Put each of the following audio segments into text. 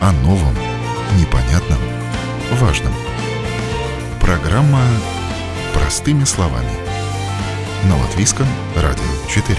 о новом, непонятном, важном. Программа «Простыми словами» на Латвийском радио 4.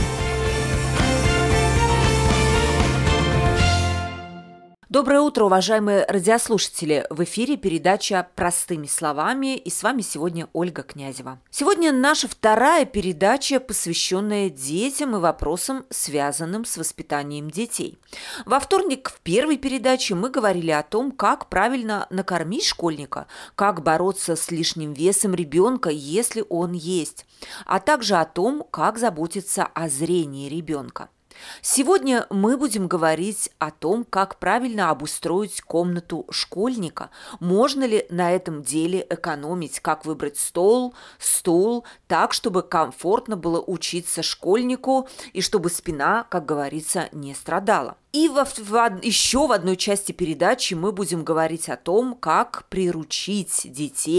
Доброе утро, уважаемые радиослушатели! В эфире передача «Простыми словами», и с вами сегодня Ольга Князева. Сегодня наша вторая передача, посвященная детям и вопросам, связанным с воспитанием детей. Во вторник в первой передаче мы говорили о том, как правильно накормить школьника, как бороться с лишним весом ребенка, если он есть, а также о том, как заботиться о зрении ребенка. Сегодня мы будем говорить о том, как правильно обустроить комнату школьника, можно ли на этом деле экономить, как выбрать стол, стул, так, чтобы комфортно было учиться школьнику и чтобы спина, как говорится, не страдала. И еще в одной части передачи мы будем говорить о том, как приучить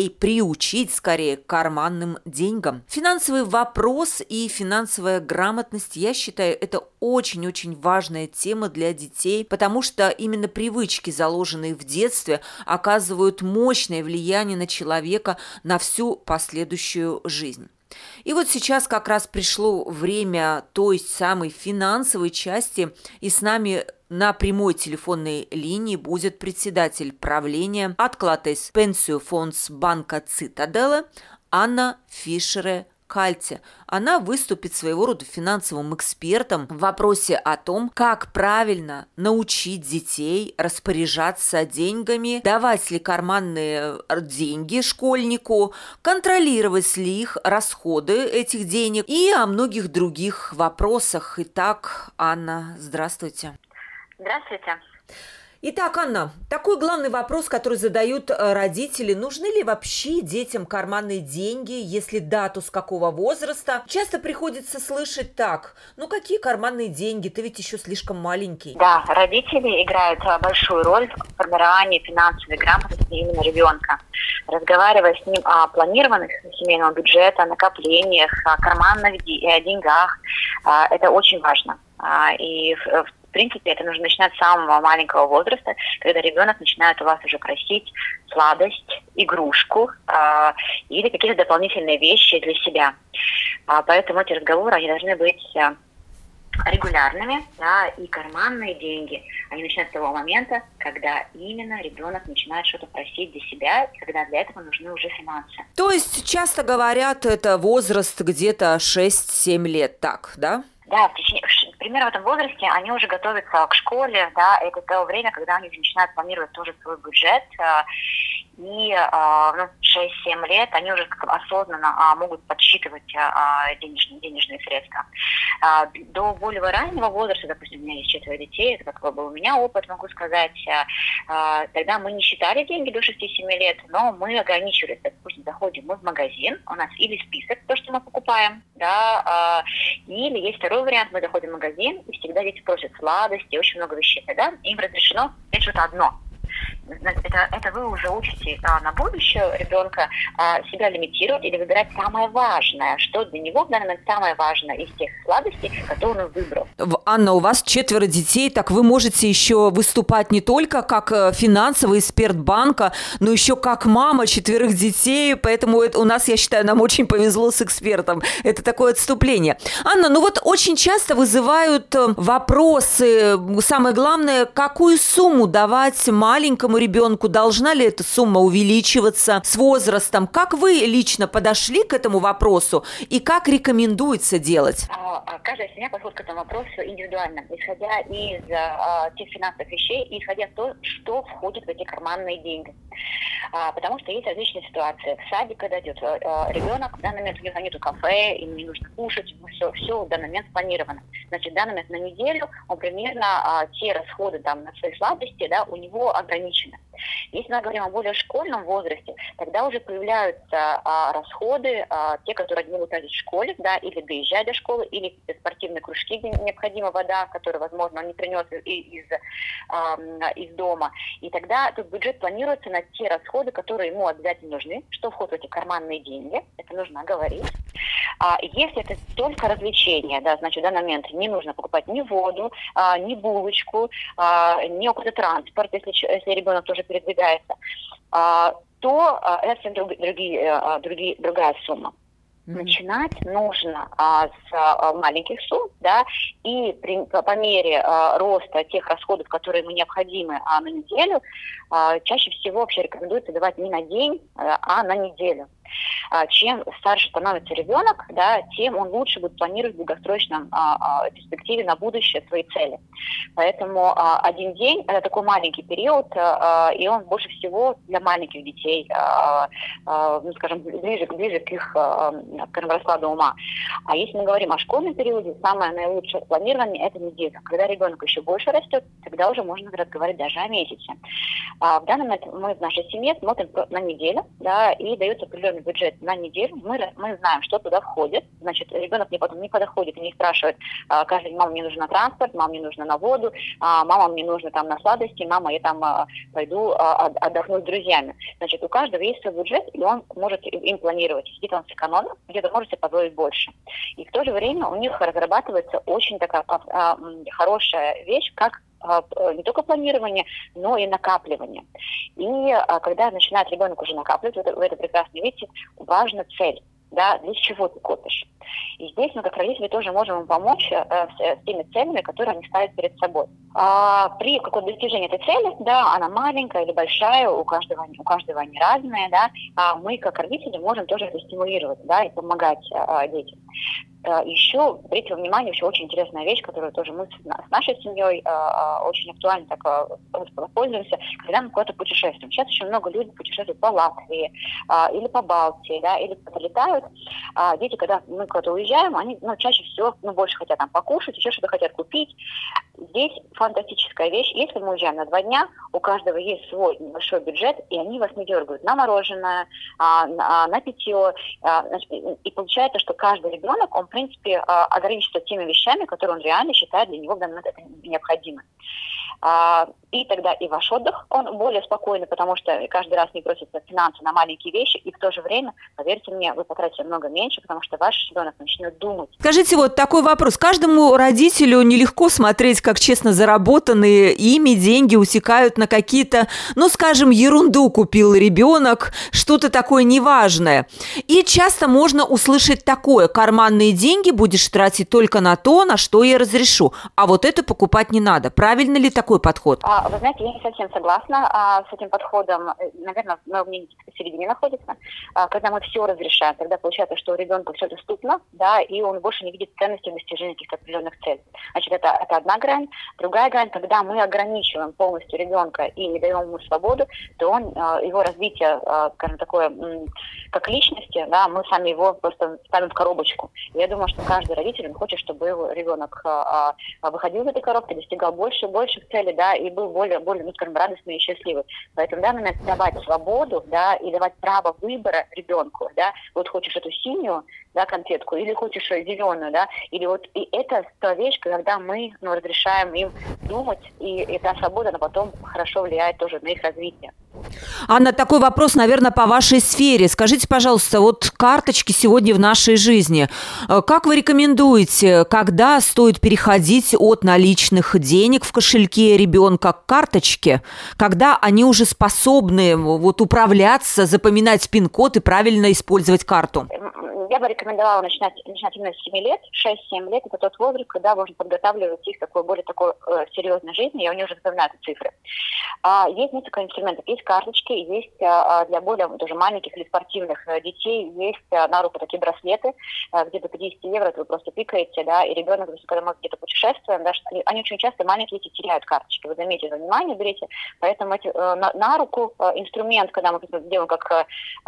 скорее, к карманным деньгам. Финансовый вопрос и финансовая грамотность, я считаю, это очень-очень важная тема для детей, потому что именно привычки, заложенные в детстве, оказывают мощное влияние на человека на всю последующую жизнь. И вот сейчас как раз пришло время той самой финансовой части, и с нами на прямой телефонной линии будет председатель правления Atklātais Pensiju fonds банка Цитаделе Анна Фишере-Кальте. Она выступит своего рода финансовым экспертом в вопросе о том, как правильно научить детей распоряжаться деньгами, давать ли карманные деньги школьнику, контролировать ли их расходы этих денег и о многих других вопросах. Итак, Анна, здравствуйте. Здравствуйте. Итак, Анна, такой главный вопрос, который задают родители. Нужны ли вообще детям карманные деньги? Если да, то с какого возраста? Часто приходится слышать так: ну какие карманные деньги? Ты ведь еще слишком маленький. Да, родители играют большую роль в формировании финансовой грамотности именно ребенка. Разговаривая с ним о планированных семейного бюджета, накоплениях, о карманных деньгах, это очень важно. И в принципе, это нужно начинать с самого маленького возраста, когда ребенок начинает у вас уже просить сладость, игрушку или какие-то дополнительные вещи для себя. Поэтому эти разговоры, они должны быть регулярными, да, и карманные деньги, они начинаются с того момента, когда именно ребенок начинает что-то просить для себя, и когда для этого нужны уже финансы. То есть часто говорят, это возраст где-то 6-7 лет, так, да? Да, примерно в этом возрасте они уже готовятся к школе, да, это то время, когда они начинают планировать тоже свой бюджет, и 6-7 лет они уже осознанно могут подсчитывать денежные средства. До более раннего возраста, допустим, у меня есть 4 детей, это какой был у меня опыт, могу сказать, тогда мы не считали деньги до 6-7 лет, но мы ограничивались, допустим, заходим мы в магазин, у нас или список, то, что мы покупаем, да, или есть второй вариант, мы заходим в магазин, и всегда дети просят сладости, очень много вещей, да, им разрешено взять что-то одно. Это вы уже учите на будущее ребенка себя лимитировать или выбирать самое важное, что для него в данный момент самое важное из тех сладостей, которые он выбрал. Анна, у вас 4 детей, так вы можете еще выступать не только как финансовый эксперт банка, но еще как мама 4 детей, поэтому у нас, я считаю, нам очень повезло с экспертом. Это такое отступление. Анна, ну вот очень часто вызывают вопросы, самое главное, какую сумму давать маленькому ребенку, должна ли эта сумма увеличиваться с возрастом? Как вы лично подошли к этому вопросу и как рекомендуется делать? Каждая семья подходит к этому вопросу индивидуально, исходя из тех финансовых вещей и исходя из того, что входит в эти карманные деньги. Потому что есть различные ситуации. В садик, когда идет ребенок, в данный момент у него нету кафе, ему не нужно кушать, все в данный момент спланировано. Значит, в данный момент на неделю он примерно те расходы там, на свои сладости, да, у него ограничены. Если мы говорим о более школьном возрасте, тогда уже появляются расходы, те, которые они могут тратить в школе, да, или доезжая до школы, или спортивные кружки, где необходима вода, которую, возможно, он не принес из дома. И тогда тут бюджет планируется на те расходы, которые ему обязательно нужны, что входит в эти карманные деньги, это нужно говорить. Если это только развлечение, да, значит, в данный момент не нужно покупать ни воду, ни булочку, ни какой-то транспорт, если ребенок тоже передвигается, то это другая сумма. Начинать нужно с маленьких сумм, да, и по мере роста тех расходов, которые ему необходимы на неделю, чаще всего вообще рекомендуется давать не на день, а на неделю. Чем старше становится ребенок, да, тем он лучше будет планировать в долгосрочном перспективе на будущее свои цели. Поэтому один день – это такой маленький период, и он больше всего для маленьких детей, скажем, ближе к их, скажем, раскладу ума. А если мы говорим о школьном периоде, самое наилучшее планирование – это неделя. Когда ребенок еще больше растет, тогда уже можно разговаривать даже о месяце. В данный момент мы в нашей семье смотрим на неделю, да, и дается определенный бюджет на неделю. Мы знаем, что туда входит. Значит, ребенок мне потом не подходит и не спрашивает, каждый день: мама, мне нужно на транспорт, мама, мне нужно на воду, мама, мне нужно там на сладости, мама, я там пойду отдохну с друзьями. Значит, у каждого есть свой бюджет, и он может им планировать. Где-то он сэкономит, где-то может себе позволить больше. И в то же время у них разрабатывается очень такая хорошая вещь, как не только планирование, но и накапливание. И когда начинает ребенок уже накапливать, вы это прекрасно видите, важна цель. Да, для чего ты копишь. И здесь мы, как родители, тоже можем им помочь с теми целями, которые они ставят перед собой. При каком-то достижении этой цели, да, она маленькая или большая, у каждого они разные, да, мы, как родители, можем тоже это стимулировать, да, и помогать детям. Еще, обратите внимание, еще очень интересная вещь, которую тоже мы с нашей семьей очень актуально так пользуемся, когда мы куда-то путешествуем. Сейчас очень много людей путешествуют по Латвии или по Балтии, да, или куда-то летают. Дети, когда мы куда-то уезжаем, они чаще всего больше хотят там покушать, еще что-то хотят купить. Здесь фантастическая вещь. Если мы уезжаем на 2 дня, у каждого есть свой небольшой бюджет, и они вас не дергают на мороженое, на питье. И получается, что каждый ребенок, он, в принципе, ограничится теми вещами, которые он реально считает для него в данный момент это необходимо. И тогда и ваш отдых, он более спокойный, потому что каждый раз не просятся финансы на маленькие вещи, и в то же время, поверьте мне, вы потратите много меньше, потому что ваш ребенок начнет думать. Скажите, вот такой вопрос. Каждому родителю нелегко смотреть, как честно заработанные ими деньги утекают на какие-то, скажем, ерунду купил ребенок, что-то такое неважное. И часто можно услышать такое: карманные деньги будешь тратить только на то, на что я разрешу, а вот это покупать не надо. Правильно ли такой подход? Вы знаете, я не совсем согласна с этим подходом. Наверное, мое мнение в середине находится. Когда мы все разрешаем, тогда получается, что у ребенка все доступно, да, и он больше не видит ценности в достижении каких-то определенных целей. Значит, это одна грань. Другая грань, когда мы ограничиваем полностью ребенка и не даем ему свободу, то его развитие, скажем, такое, как личности, да, мы сами его просто ставим в коробочку. И я думаю, что каждый родитель хочет, чтобы его ребенок выходил из этой коробки, достигал больше и больше целей, да, и был более, скажем, радостный и счастливый. Поэтому в данный момент давать свободу, да, и давать право выбора ребенку, да, вот хочешь эту синюю, да, конфетку, или хочешь зеленую, да, или вот, и это та вещь, когда мы, разрешаем им думать, и эта свобода, она потом хорошо влияет тоже на их развитие. Анна, такой вопрос, наверное, по вашей сфере. Скажите, пожалуйста, вот карточки сегодня в нашей жизни. Как вы рекомендуете, когда стоит переходить от наличных денег в кошельке ребенка к карточке, когда они уже способны управляться, запоминать пин-код и правильно использовать карту? Я бы рекомендовала начинать именно с 7 лет. 6-7 лет – это тот возраст, когда можно подготавливать их к более такой серьезной жизни, и они уже запоминают цифры. Есть несколько инструментов. Есть карточки, есть для более тоже маленьких или спортивных детей, есть на руку такие браслеты, где до 50 евро вы просто пикаете, да, и ребенок, когда мы где-то путешествуем, да, они очень часто, маленькие дети, теряют карточки. Вы заметите, внимание берите, поэтому на руку инструмент, когда мы делаем как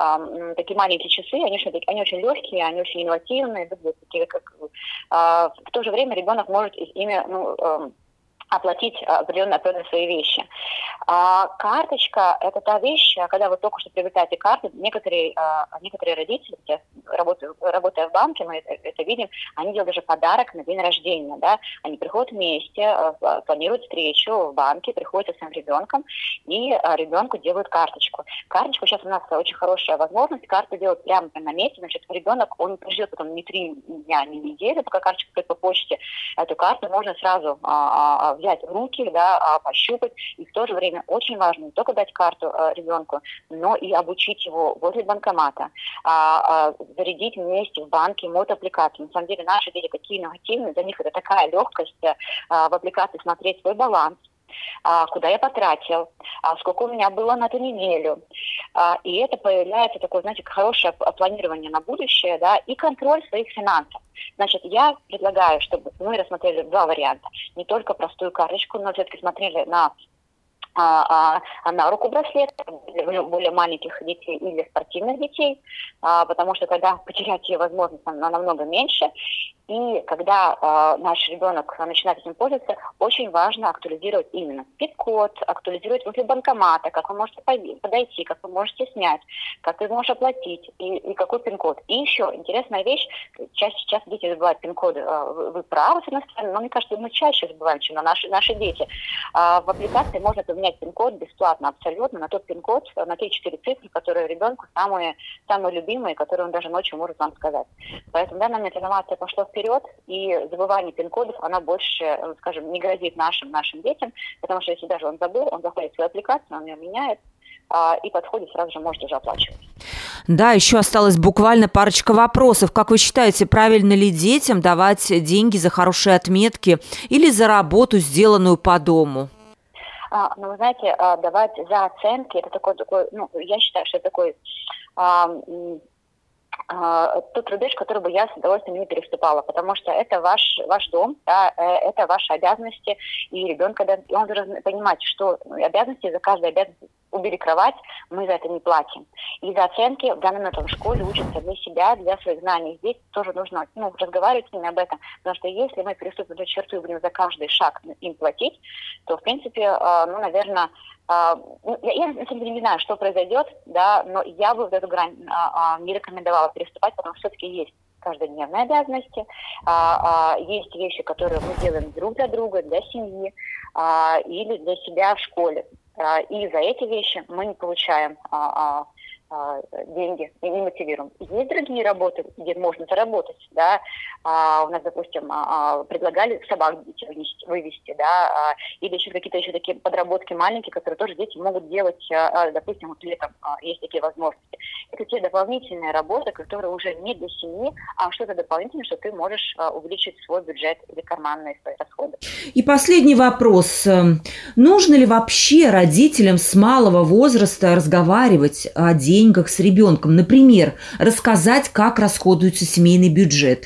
такие маленькие часы, они очень легкие, они очень инновативные, такие, в то же время ребенок может ими оплатить определенные свои вещи. Карточка – это та вещь, когда вы только что приобретаете карту, некоторые родители, работая в банке, мы это видим, они делают даже подарок на день рождения, да, они приходят вместе, планируют встречу в банке, приходят со своим ребенком и ребенку делают карточку. Карточку сейчас у нас очень хорошая возможность, карту делать прямо на месте, значит, ребенок, он не ждет потом ни 3 дня, ни недели, пока карточка придет по почте, эту карту можно сразу взять в руки, да, пощупать. И в то же время очень важно не только дать карту ребенку, но и обучить его возле банкомата, зарядить вместе в банке мод-аппликацию. На самом деле наши дети такие инновативные, для них это такая легкость в аппликации смотреть свой баланс, куда я потратил, сколько у меня было на эту неделю. И это появляется такое, знаете, хорошее планирование на будущее, да, и контроль своих финансов. Значит, я предлагаю, чтобы мы рассмотрели 2 варианта. Не только простую карточку, но все-таки смотрели на руку браслет для более маленьких детей или спортивных детей, потому что тогда потерять ее возможность намного меньше. И когда наш ребенок начинает этим пользоваться, очень важно актуализировать именно пин-код, актуализировать возле банкомата, как вы можете подойти, как вы можете снять, как вы можете оплатить и какой пин-код. И еще интересная вещь, сейчас дети забывают пин-коды. Вы правы, с одной стороны, но мне кажется, мы чаще забываем, чем наши дети. В аппликации можно поменять пин-код бесплатно абсолютно на тот пин-код, на 3-4 цифры, которые ребенку самые любимые, которые он даже ночью может вам сказать. Поэтому в данный момент инновация пошла вперед, и забывание пин-кодов, она больше, скажем, не грозит нашим детям, потому что если даже он забыл, он заходит в свою аппликацию, он ее меняет, и подходит, сразу же может уже оплачивать. Да, еще осталось буквально парочка вопросов. Как вы считаете, правильно ли детям давать деньги за хорошие отметки или за работу, сделанную по дому? Вы знаете, давать за оценки, это такой, я считаю, что это такой тот рубеж, который бы я с удовольствием не переступала, потому что это ваш дом, да, это ваши обязанности, и ребенок, он должен понимать, что обязанности, за каждую обязанность убери кровать, мы за это не платим. И за оценки в данном момент в школе учатся для себя, для своих знаний. Здесь тоже нужно разговаривать с ними об этом, потому что если мы переступим эту черту и будем за каждый шаг им платить, то, в принципе, наверное, я на самом деле не знаю, что произойдет, да, но я бы в эту грань не рекомендовала переступать, потому что все-таки есть каждодневные обязанности, есть вещи, которые мы делаем друг для друга, для семьи или для себя в школе. И за эти вещи мы не получаем деньги и не мотивируем. Есть другие работы, где можно заработать, да. У нас, допустим, предлагали собак вывести, да, или еще какие-то такие подработки маленькие, которые тоже дети могут делать, допустим, вот летом есть такие возможности. Это те дополнительные работы, которые уже не для семьи, а что-то дополнительное, что ты можешь увеличить свой бюджет или карманные свои расходы. И последний вопрос. Нужно ли вообще родителям с малого возраста разговаривать о деньгах с ребенком? Например, рассказать, как расходуется семейный бюджет,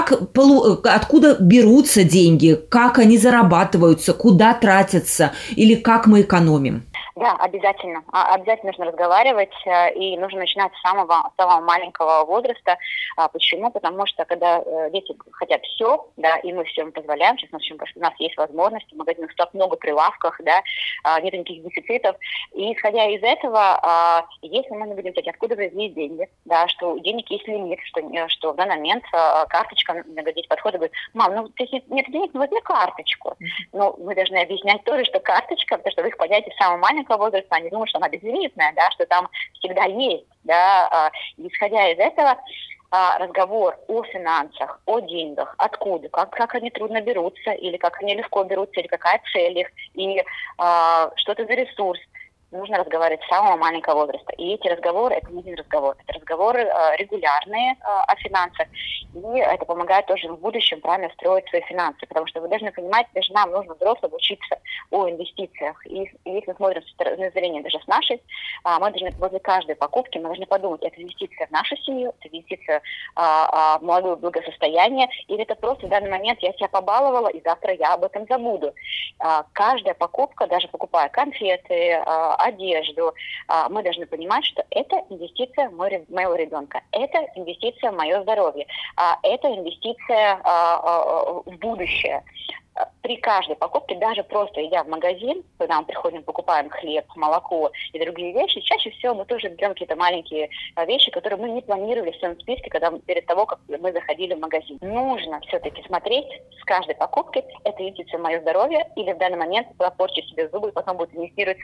откуда берутся деньги, как они зарабатываются, куда тратятся или как мы экономим? Да, обязательно. Обязательно нужно разговаривать, и нужно начинать с самого маленького возраста. Почему? Потому что когда дети хотят все, да, и мы все им позволяем, сейчас у нас есть возможности, в магазинах так много прилавках, да, нет никаких дефицитов. И исходя из этого, если мы не будем говорить, откуда взялись деньги, да, что денег есть лимит, что в данный момент карточка, дети подходят и говорят: мам, если нет денег, возьми карточку. Но мы должны объяснять тоже, что карточка, потому что в их понятии самого маленького возраста, они думают, что она безлимитная, да, что там всегда есть, да, исходя из этого, разговор о финансах, о деньгах, откуда, как они трудно берутся, или как они легко берутся, или какая цель их, и что это за ресурс. Нужно разговаривать с самого маленького возраста. И эти разговоры, это не один разговор, это разговоры регулярные о финансах. И это помогает тоже в будущем правильно строить свои финансы. Потому что вы должны понимать, даже нам нужно взрослым учиться о инвестициях. И если мы смотрим с стороны зрения даже с нашей, мы должны возле каждой покупки, мы должны подумать, это инвестиция в нашу семью, это инвестиция в молодое благосостояние, или это просто в данный момент я себя побаловала, и завтра я об этом забуду. Каждая покупка, даже покупая конфеты, одежду, мы должны понимать, что это инвестиция моего ребенка, это инвестиция в мое здоровье, это инвестиция в будущее. при каждой покупке, даже просто идя в магазин, когда мы приходим, покупаем хлеб, молоко и другие вещи, чаще всего мы тоже берем какие-то маленькие вещи, которые мы не планировали в своем списке, перед того, как мы заходили в магазин. Нужно все-таки смотреть с каждой покупкой, это инвестиция в мое здоровье, или в данный момент я порчу себе зубы, и потом будет инвестировать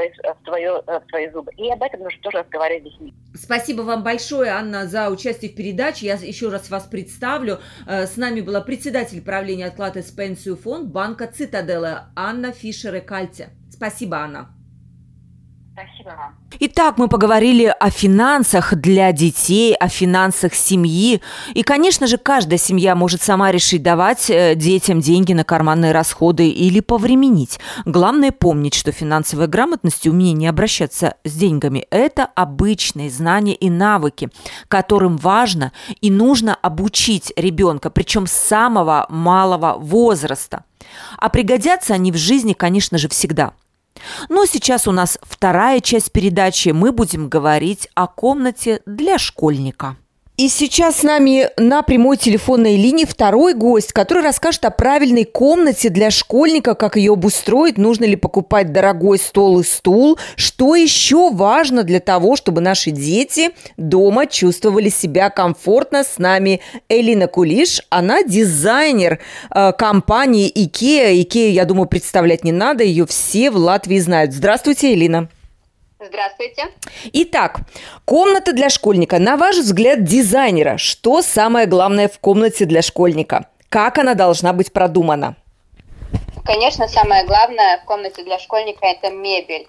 в свои зубы. И об этом нужно тоже разговаривать с детьми. Спасибо вам большое, Анна, за участие в передаче. Я еще раз вас представлю. С нами была председатель правления «Отклад из пенсию фонд» банка «Цитаделла» Анна Фишер-Экальте. Спасибо, Анна. Спасибо вам. Итак, мы поговорили о финансах для детей, о финансах семьи. И, конечно же, каждая семья может сама решить давать детям деньги на карманные расходы или повременить. Главное помнить, что финансовая грамотность и умение обращаться с деньгами – это обычные знания и навыки, которым важно и нужно обучить ребенка, причем с самого малого возраста. А пригодятся они в жизни, конечно же, всегда. Но сейчас у нас вторая часть передачи. Мы будем говорить о комнате для школьника. И сейчас с нами на прямой телефонной линии второй гость, который расскажет о правильной комнате для школьника, как ее обустроить, нужно ли покупать дорогой стол и стул, что еще важно для того, чтобы наши дети дома чувствовали себя комфортно. С нами Элина Кулиш, она дизайнер компании IKEA. IKEA, я думаю, представлять не надо, ее все в Латвии знают. Здравствуйте, Элина. Здравствуйте. Итак, комната для школьника. На ваш взгляд, дизайнера, что самое главное в комнате для школьника? Как она должна быть продумана? Конечно, самое главное в комнате для школьника – это мебель.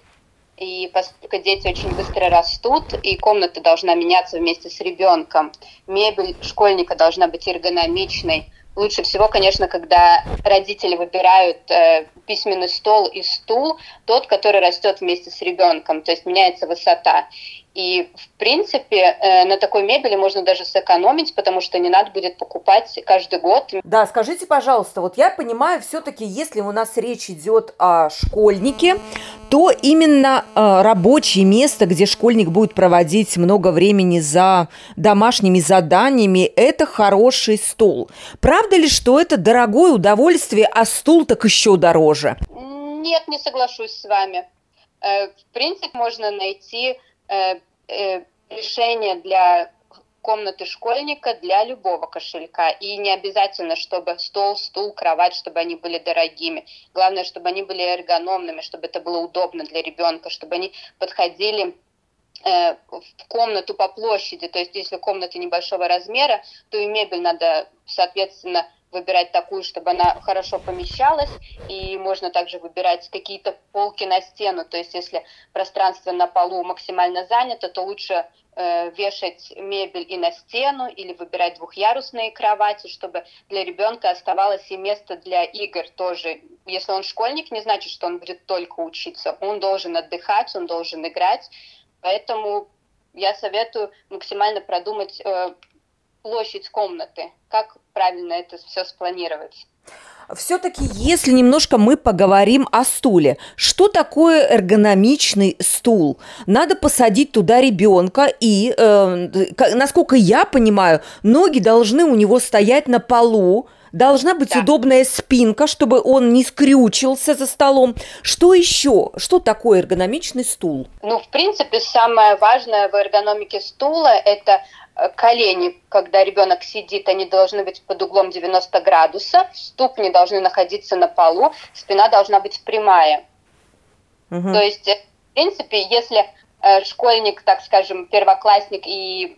И поскольку дети очень быстро растут, и комната должна меняться вместе с ребенком, мебель школьника должна быть эргономичной. Лучше всего, конечно, когда родители выбирают письменный стол и стул, тот, который растет вместе с ребенком, то есть меняется высота. И, в принципе, на такой мебели можно даже сэкономить, потому что не надо будет покупать каждый год. Да, скажите, пожалуйста, вот я понимаю, все-таки, если у нас речь идет о школьнике, то именно рабочее место, где школьник будет проводить много времени за домашними заданиями, это хороший стол. Правда ли, что это дорогое удовольствие, а стул так еще дороже? Нет, не соглашусь с вами. В принципе, можно найти решение для комнаты школьника для любого кошелька. И не обязательно, чтобы стол, стул, кровать, чтобы они были дорогими. Главное, чтобы они были эргономными, чтобы это было удобно для ребенка, чтобы они подходили в комнату по площади. То есть, если комната небольшого размера, то и мебель надо, соответственно, выбирать такую, чтобы она хорошо помещалась, и можно также выбирать какие-то полки на стену, то есть если пространство на полу максимально занято, то лучше вешать мебель и на стену, или выбирать двухъярусные кровати, чтобы для ребенка оставалось и место для игр тоже. Если он школьник, не значит, что он будет только учиться, он должен отдыхать, он должен играть, поэтому я советую максимально продумать площадь комнаты, как правильно это все спланировать. Все-таки, если немножко мы поговорим о стуле, что такое эргономичный стул? Надо посадить туда ребенка, и, насколько я понимаю, ноги должны у него стоять на полу, должна быть удобная спинка, чтобы он не скрючился за столом. Что еще? Что такое эргономичный стул? Ну, в принципе, самое важное в эргономике стула – это колени, когда ребенок сидит, они должны быть под углом 90 градусов, ступни должны находиться на полу, спина должна быть прямая. То есть, в принципе, если школьник, так скажем, первоклассник и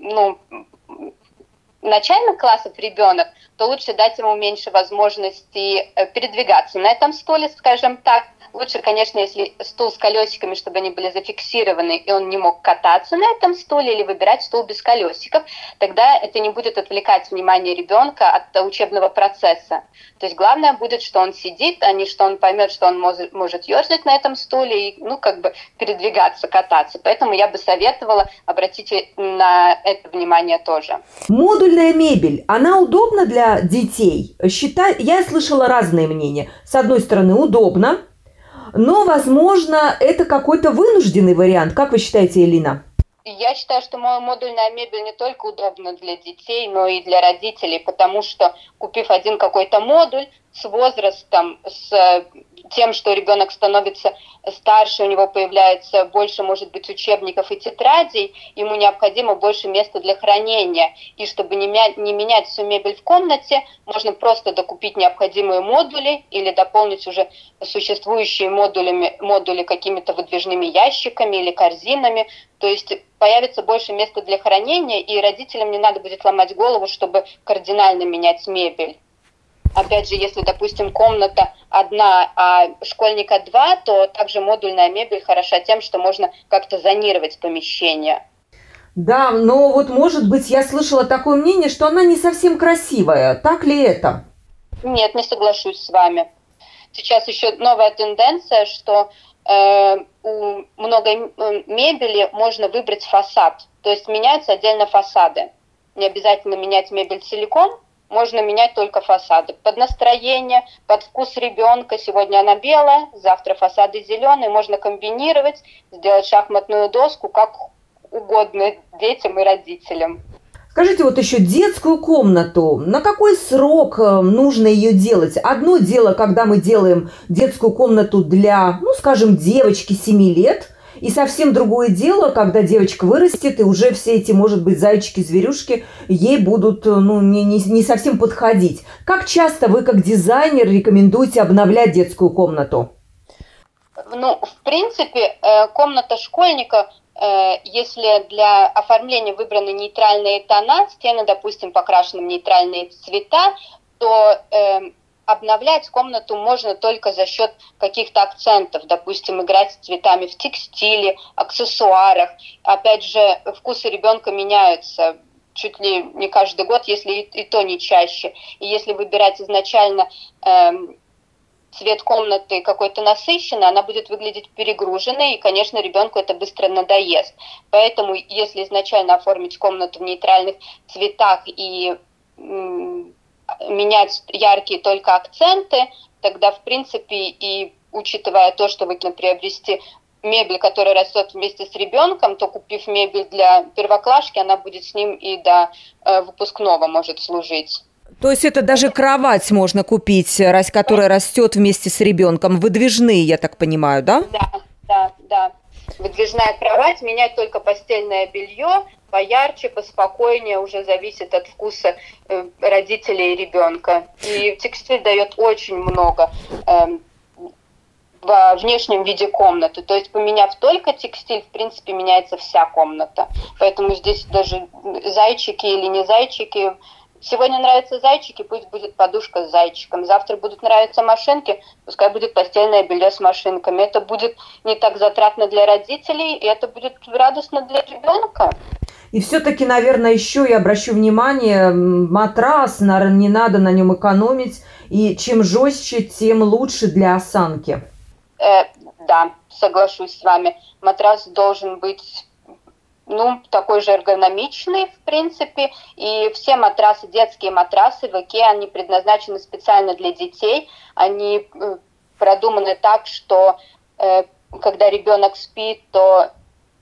начальных классов ребенок, то лучше дать ему меньше возможностей передвигаться на этом стуле, скажем так. Лучше, конечно, если стул с колесиками, чтобы они были зафиксированы, и он не мог кататься на этом стуле, или выбирать стул без колесиков, тогда это не будет отвлекать внимание ребенка от учебного процесса. То есть главное будет, что он сидит, а не что он поймет, что он может ерзать на этом стуле и, передвигаться, кататься. Поэтому я бы советовала обратить на это внимание тоже. Модульная мебель, она удобна для детей? Я слышала разные мнения. С одной стороны, удобно, но, возможно, это какой-то вынужденный вариант. Как вы считаете, Элина? Я считаю, что модульная мебель не только удобна для детей, но и для родителей, потому что, купив один какой-то модуль, с возрастом, с тем, что ребенок становится старше, у него появляется больше, может быть, учебников и тетрадей, ему необходимо больше места для хранения. И чтобы не менять всю мебель в комнате, можно просто докупить необходимые модули или дополнить уже существующие модули какими-то выдвижными ящиками или корзинами. То есть появится больше места для хранения, и родителям не надо будет ломать голову, чтобы кардинально менять мебель. Опять же, если, допустим, комната одна, а школьника два, то также модульная мебель хороша тем, что можно как-то зонировать помещение. Да, но вот, может быть, я слышала такое мнение, что она не совсем красивая. Так ли это? Нет, не соглашусь с вами. Сейчас еще новая тенденция, что у многой мебели можно выбрать фасад. То есть меняются отдельно фасады. Не обязательно менять мебель целиком, можно менять только фасады. Под настроение, под вкус ребенка. Сегодня она белая, завтра фасады зеленые. Можно комбинировать, сделать шахматную доску, как угодно детям и родителям. Скажите, вот еще детскую комнату, на какой срок нужно ее делать? Одно дело, когда мы делаем детскую комнату для, скажем, девочки 7 лет, и совсем другое дело, когда девочка вырастет, и уже все эти, может быть, зайчики-зверюшки ей будут не совсем подходить. Как часто вы, как дизайнер, рекомендуете обновлять детскую комнату? В принципе, комната школьника, если для оформления выбраны нейтральные тона, стены, допустим, покрашены в нейтральные цвета, то обновлять комнату можно только за счет каких-то акцентов, допустим, играть с цветами в текстиле, аксессуарах. Опять же, вкусы ребенка меняются чуть ли не каждый год, если и то не чаще. И если выбирать изначально цвет комнаты какой-то насыщенный, она будет выглядеть перегруженной, и, конечно, ребенку это быстро надоест. Поэтому, если изначально оформить комнату в нейтральных цветах и менять яркие только акценты, тогда, в принципе, и учитывая то, что вы приобрести мебель, которая растет вместе с ребенком, то, купив мебель для первоклашки, она будет с ним и до выпускного может служить. То есть это даже кровать можно купить, которая растет вместе с ребенком. Выдвижные, я так понимаю, да? Да. Выдвижная кровать, менять только постельное белье, поярче, поспокойнее, уже зависит от вкуса родителей и ребенка. И текстиль дает очень много во внешнем виде комнаты. То есть, поменяв только текстиль, в принципе, меняется вся комната. Поэтому здесь даже зайчики или не зайчики. Сегодня нравятся зайчики, пусть будет подушка с зайчиком. Завтра будут нравиться машинки, пускай будет постельное белье с машинками. Это будет не так затратно для родителей, и это будет радостно для ребенка. И все-таки, наверное, еще я обращу внимание, матрас, наверное, не надо на нем экономить. И чем жестче, тем лучше для осанки. Да, соглашусь с вами. Матрас должен быть такой же эргономичный, в принципе, и все матрасы, детские матрасы в Икеа, они предназначены специально для детей, они продуманы так, что когда ребенок спит, то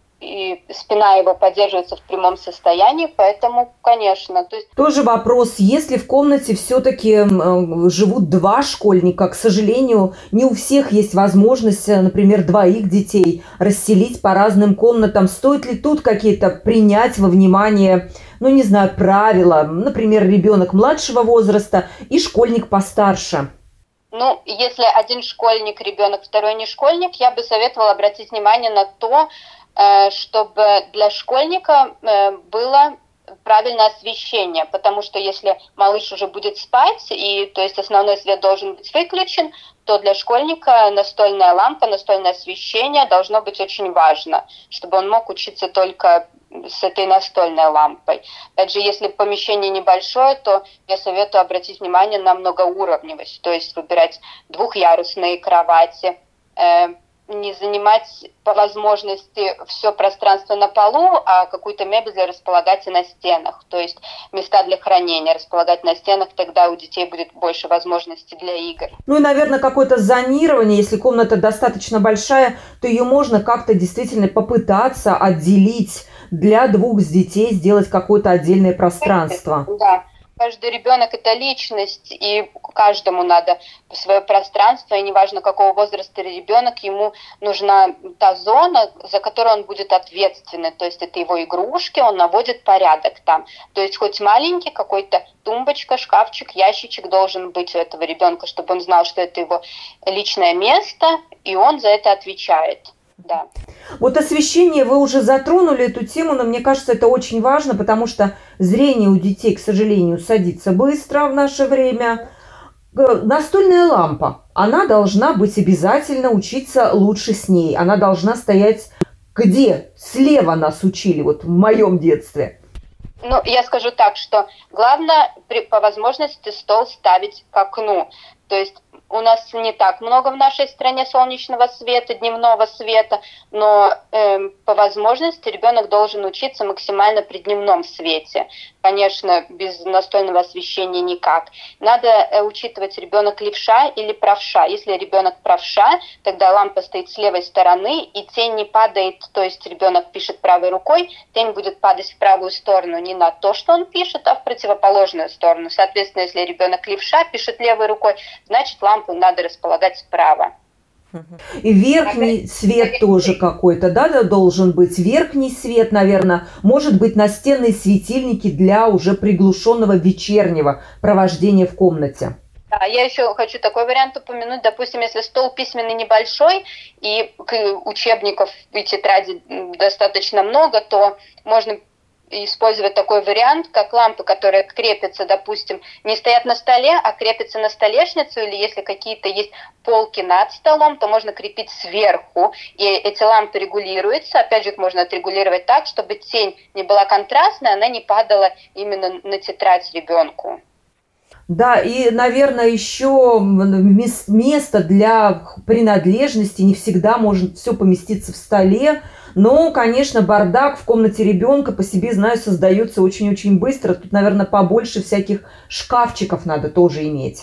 и спина его поддерживается в прямом состоянии, поэтому, конечно. Тоже вопрос, если в комнате все-таки живут 2 школьника, к сожалению, не у всех есть возможность, например, 2 детей расселить по разным комнатам. Стоит ли тут какие-то принять во внимание, правила, например, ребенок младшего возраста и школьник постарше? Если один школьник ребенок, второй не школьник, я бы советовала обратить внимание на то, чтобы для школьника было правильное освещение, потому что если малыш уже будет спать, и то есть основной свет должен быть выключен, то для школьника настольная лампа, настольное освещение должно быть очень важно, чтобы он мог учиться только с этой настольной лампой. Опять же, если помещение небольшое, то я советую обратить внимание на многоуровневость, то есть выбирать 2-ярусные кровати, не занимать по возможности все пространство на полу, а какую-то мебель располагать и на стенах. То есть места для хранения располагать на стенах, тогда у детей будет больше возможностей для игр. И, наверное, какое-то зонирование, если комната достаточно большая, то ее можно как-то действительно попытаться отделить для 2 детей, сделать какое-то отдельное пространство. Да. Каждый ребенок – это личность, и каждому надо свое пространство, и неважно, какого возраста ребенок, ему нужна та зона, за которую он будет ответственный. То есть это его игрушки, он наводит порядок там. То есть хоть маленький какой-то тумбочка, шкафчик, ящичек должен быть у этого ребенка, чтобы он знал, что это его личное место, и он за это отвечает. Да. Вот освещение, вы уже затронули эту тему, но мне кажется, это очень важно, потому что зрение у детей, к сожалению, садится быстро в наше время. Настольная лампа, она должна быть обязательно, учиться лучше с ней. Она должна стоять где? Слева нас учили, вот в моем детстве. Ну, я скажу так, что главное по возможности стол ставить к окну. То есть у нас не так много в нашей стране солнечного света, дневного света, но по возможности ребенок должен учиться максимально при дневном свете. Конечно, без настольного освещения никак. Надо учитывать, ребенок левша или правша. Если ребенок правша, тогда лампа стоит с левой стороны, и тень не падает, то есть ребенок пишет правой рукой, тень будет падать в правую сторону не на то, что он пишет, а в противоположную сторону. Соответственно, если ребенок левша пишет левой рукой, значит лампу надо располагать справа. И верхний свет тоже какой-то, да, должен быть. Верхний свет, наверное, может быть настенные светильники для уже приглушенного вечернего провождения в комнате. Да, я еще хочу такой вариант упомянуть. Допустим, если стол письменный небольшой и учебников и тетрадей достаточно много, то можно использовать такой вариант, как лампы, которые крепятся, допустим, не стоят на столе, а крепятся на столешницу, или если какие-то есть полки над столом, то можно крепить сверху, и эти лампы регулируются. Опять же, их можно отрегулировать так, чтобы тень не была контрастной, она не падала именно на тетрадь ребенку. Да, и, наверное, еще место для принадлежности не всегда может все поместиться в столе. Но, конечно, бардак в комнате ребенка, по себе знаю, создается очень-очень быстро. Тут, наверное, побольше всяких шкафчиков надо тоже иметь.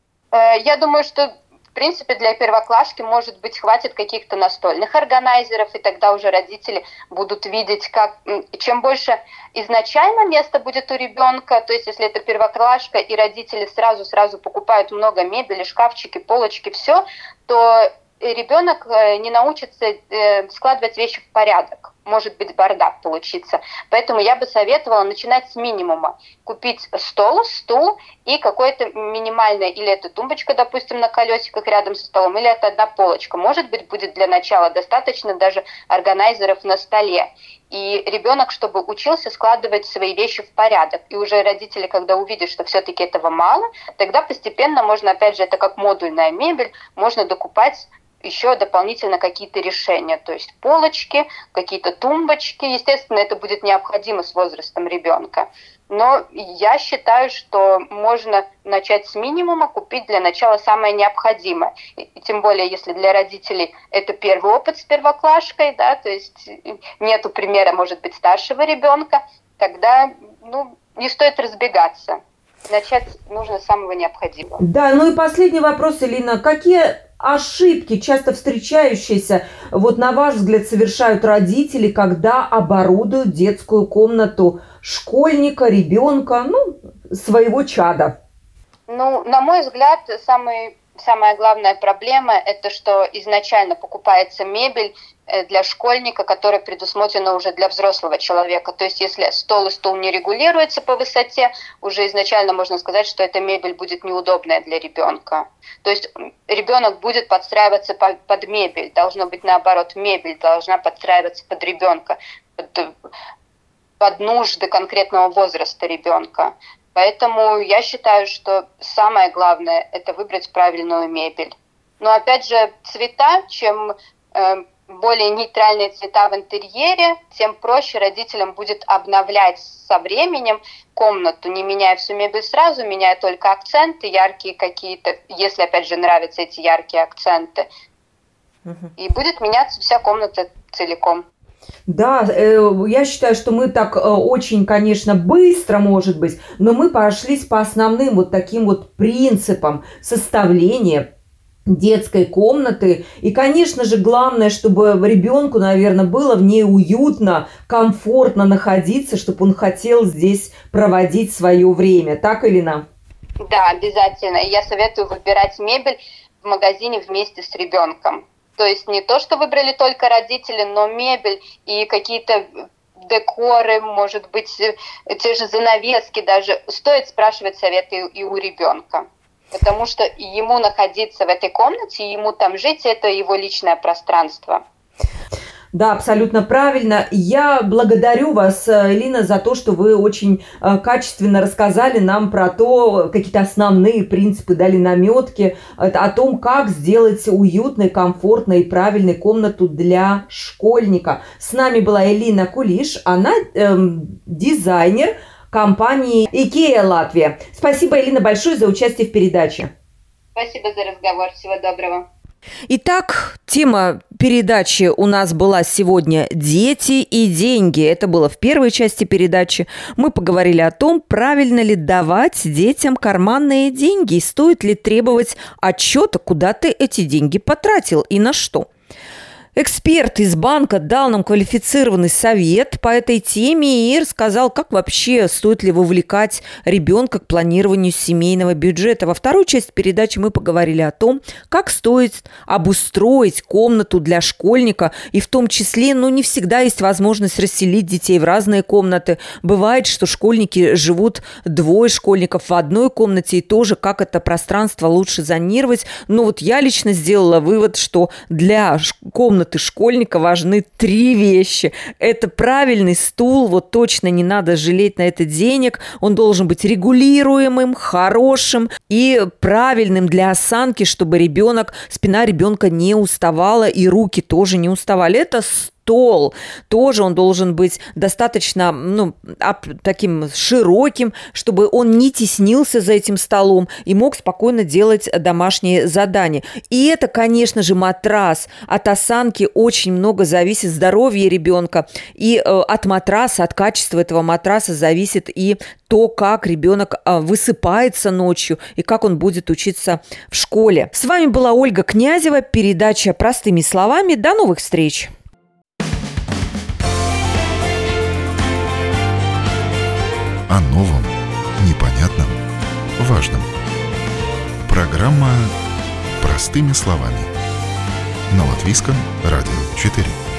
Я думаю, что, в принципе, для первоклашки, может быть, хватит каких-то настольных органайзеров, и тогда уже родители будут видеть, как чем больше изначально места будет у ребенка, то есть если это первоклашка, и родители сразу покупают много мебели, шкафчики, полочки, все, то ребенок не научится складывать вещи в порядок. Может быть, бардак получится. Поэтому я бы советовала начинать с минимума. Купить стол, стул и какое-то минимальное, или это тумбочка, допустим, на колесиках рядом со столом, или это одна полочка. Может быть, будет для начала достаточно даже органайзеров на столе. И ребенок, чтобы учился складывать свои вещи в порядок. И уже родители, когда увидят, что все-таки этого мало, тогда постепенно можно, опять же, это как модульная мебель, можно докупать еще дополнительно какие-то решения, то есть полочки, какие-то тумбочки. Естественно, это будет необходимо с возрастом ребенка. Но я считаю, что можно начать с минимума, купить для начала самое необходимое. И тем более, если для родителей это первый опыт с первоклашкой, да, то есть нету примера, может быть, старшего ребенка, тогда не стоит разбегаться. Начать нужно с самого необходимого. Да, ну и последний вопрос, Элина. Какие ошибки, часто встречающиеся, вот на ваш взгляд, совершают родители, когда оборудуют детскую комнату школьника, ребенка, своего чада? На мой взгляд, самая главная проблема – это что изначально покупается мебель для школьника, которая предусмотрена уже для взрослого человека. То есть если стол и стул не регулируются по высоте, уже изначально можно сказать, что эта мебель будет неудобная для ребенка. То есть ребенок будет подстраиваться под мебель. Должно быть наоборот, мебель должна подстраиваться под ребенка, под нужды конкретного возраста ребенка. Поэтому я считаю, что самое главное – это выбрать правильную мебель. Но опять же, цвета, чем более нейтральные цвета в интерьере, тем проще родителям будет обновлять со временем комнату, не меняя всю мебель сразу, меняя только акценты, яркие какие-то, если, опять же, нравятся эти яркие акценты. И будет меняться вся комната целиком. Да, я считаю, что мы так очень, конечно, быстро, может быть, но мы прошлись по основным вот таким вот принципам составления детской комнаты. И, конечно же, главное, чтобы ребенку, наверное, было в ней уютно, комфортно находиться, чтобы он хотел здесь проводить свое время. Так, Элина? Да, обязательно. Я советую выбирать мебель в магазине вместе с ребенком. То есть не то, что выбрали только родители, но мебель и какие-то декоры, может быть, те же занавески даже. Стоит спрашивать советы и у ребенка. Потому что ему находиться в этой комнате, ему там жить, это его личное пространство. Да, абсолютно правильно. Я благодарю вас, Элина, за то, что вы очень качественно рассказали нам про то, какие-то основные принципы, дали наметки о том, как сделать уютной, комфортной и правильной комнату для школьника. С нами была Элина Кулиш, она дизайнер компании IKEA Латвия. Спасибо, Элина, большое за участие в передаче. Спасибо за разговор. Всего доброго. Итак, тема передачи у нас была сегодня «Дети и деньги». Это было в первой части передачи. Мы поговорили о том, правильно ли давать детям карманные деньги и стоит ли требовать отчета, куда ты эти деньги потратил и на что. Эксперт из банка дал нам квалифицированный совет по этой теме и рассказал, как вообще стоит ли вовлекать ребенка к планированию семейного бюджета. Во второй части передачи мы поговорили о том, как стоит обустроить комнату для школьника, и в том числе, не всегда есть возможность расселить детей в разные комнаты. Бывает, что школьники живут, двое школьников в одной комнате, и тоже как это пространство лучше зонировать. Но я лично сделала вывод, что для комнаты школьника важны 3 вещи. Это правильный стул, точно не надо жалеть на это денег. Он должен быть регулируемым, хорошим и правильным для осанки, чтобы спина ребенка не уставала и руки тоже не уставали. Это стол. Тоже он должен быть достаточно таким широким, чтобы он не теснился за этим столом и мог спокойно делать домашние задания. И это, конечно же, матрас. От осанки очень много зависит здоровье ребенка. И от матраса, от качества этого матраса зависит и то, как ребенок высыпается ночью и как он будет учиться в школе. С вами была Ольга Князева, передача «Простыми словами». До новых встреч! О новом, непонятном, важном. Программа «Простыми словами» на Латвийском радио 4.